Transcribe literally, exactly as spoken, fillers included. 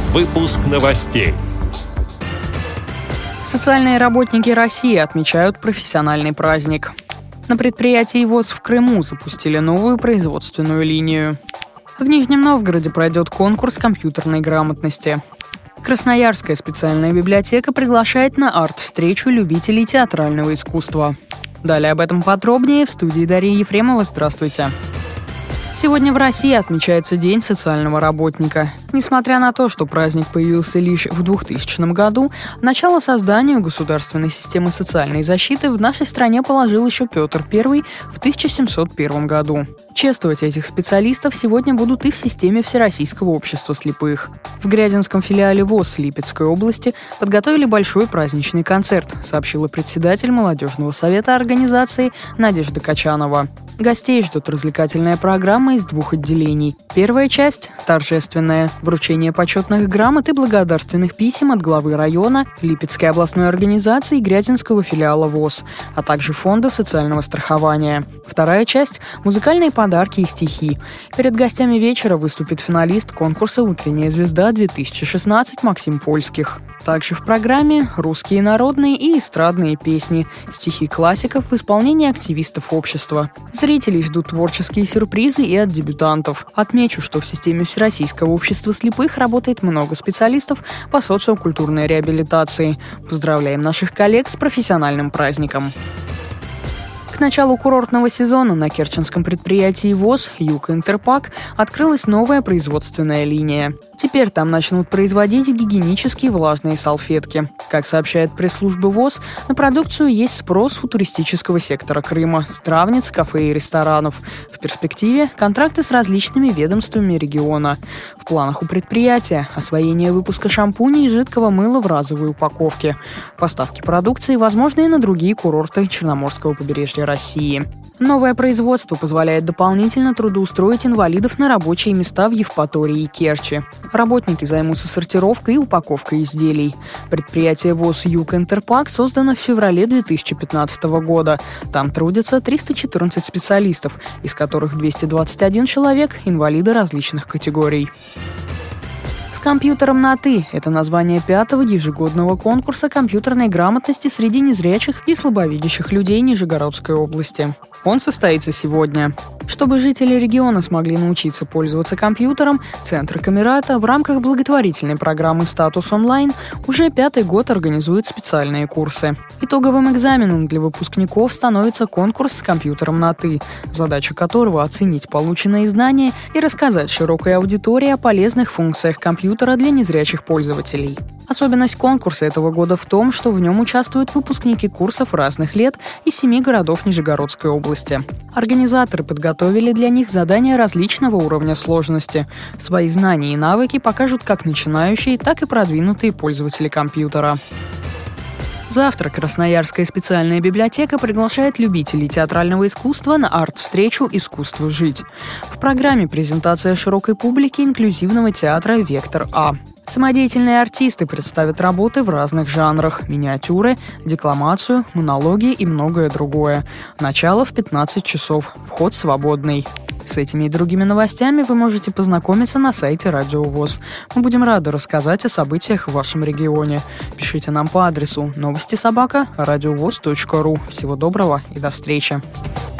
Выпуск новостей. Социальные работники России отмечают профессиональный праздник. На предприятии ВОС в Крыму запустили новую производственную линию. В Нижнем Новгороде пройдет конкурс компьютерной грамотности. Красноярская специальная библиотека приглашает на арт-встречу любителей театрального искусства. Далее об этом подробнее в студии Дарья Ефремова. Здравствуйте. Сегодня в России отмечается День социального работника. Несмотря на то, что праздник появился лишь в двухтысячном году, начало созданию государственной системы социальной защиты в нашей стране положил еще Петр Первый в тысяча семьсот первом году. Чествовать этих специалистов сегодня будут и в системе Всероссийского общества слепых. В Грязинском филиале ВОС Липецкой области подготовили большой праздничный концерт, сообщила председатель молодежного совета организации Надежда Качанова. Гостей ждет развлекательная программа из двух отделений. Первая часть – торжественная. Вручение почетных грамот и благодарственных писем от главы района, Липецкой областной организации и Грязинского филиала ВОС, а также Фонда социального страхования. Вторая часть – музыкальные подарки и стихи. Перед гостями вечера выступит финалист конкурса «Утренняя звезда-две тысячи шестнадцать» Максим Польских. Также в программе русские народные и эстрадные песни, стихи классиков в исполнении активистов общества. Зрителей ждут творческие сюрпризы и от дебютантов. Отмечу, что в системе Всероссийского общества слепых работает много специалистов по социокультурной реабилитации. Поздравляем наших коллег с профессиональным праздником. К началу курортного сезона на керченском предприятии ВОС «Юг Интерпак» открылась новая производственная линия. Теперь там начнут производить гигиенические влажные салфетки. Как сообщает пресс-служба ВОС, на продукцию есть спрос у туристического сектора Крыма, здравниц, кафе и ресторанов. В перспективе контракты с различными ведомствами региона. В планах у предприятия освоение выпуска шампуней и жидкого мыла в разовой упаковке. Поставки продукции возможны и на другие курорты Черноморского побережья России. Новое производство позволяет дополнительно трудоустроить инвалидов на рабочие места в Евпатории и Керчи. Работники займутся сортировкой и упаковкой изделий. Предприятие ВОС «Юг Интерпак» создано в феврале две тысячи пятнадцатого года. Там трудятся триста четырнадцать специалистов, из которых двести двадцать один человек – инвалиды различных категорий. С компьютером на «ты» – это название пятого ежегодного конкурса компьютерной грамотности среди незрячих и слабовидящих людей Нижегородской области. Он состоится сегодня. Чтобы жители региона смогли научиться пользоваться компьютером, Центр Камерата в рамках благотворительной программы «Статус онлайн» уже пятый год организует специальные курсы. Итоговым экзаменом для выпускников становится конкурс с компьютером на «ты», задача которого – оценить полученные знания и рассказать широкой аудитории о полезных функциях компьютера для незрячих пользователей. Особенность конкурса этого года в том, что в нем участвуют выпускники курсов разных лет из семи городов Нижегородской области. Организаторы подготовили для них задания различного уровня сложности. Свои знания и навыки покажут как начинающие, так и продвинутые пользователи компьютера. Завтра Красноярская специальная библиотека приглашает любителей театрального искусства на арт-встречу «Искусство жить». В программе презентация широкой публике инклюзивного театра «Вектор А». Самодеятельные артисты представят работы в разных жанрах – миниатюры, декламацию, монологи и многое другое. Начало в пятнадцать часов. Вход свободный. С этими и другими новостями вы можете познакомиться на сайте Радио ВОС. Мы будем рады рассказать о событиях в вашем регионе. Пишите нам по адресу новости собака радиовос точка ру. Всего доброго и до встречи.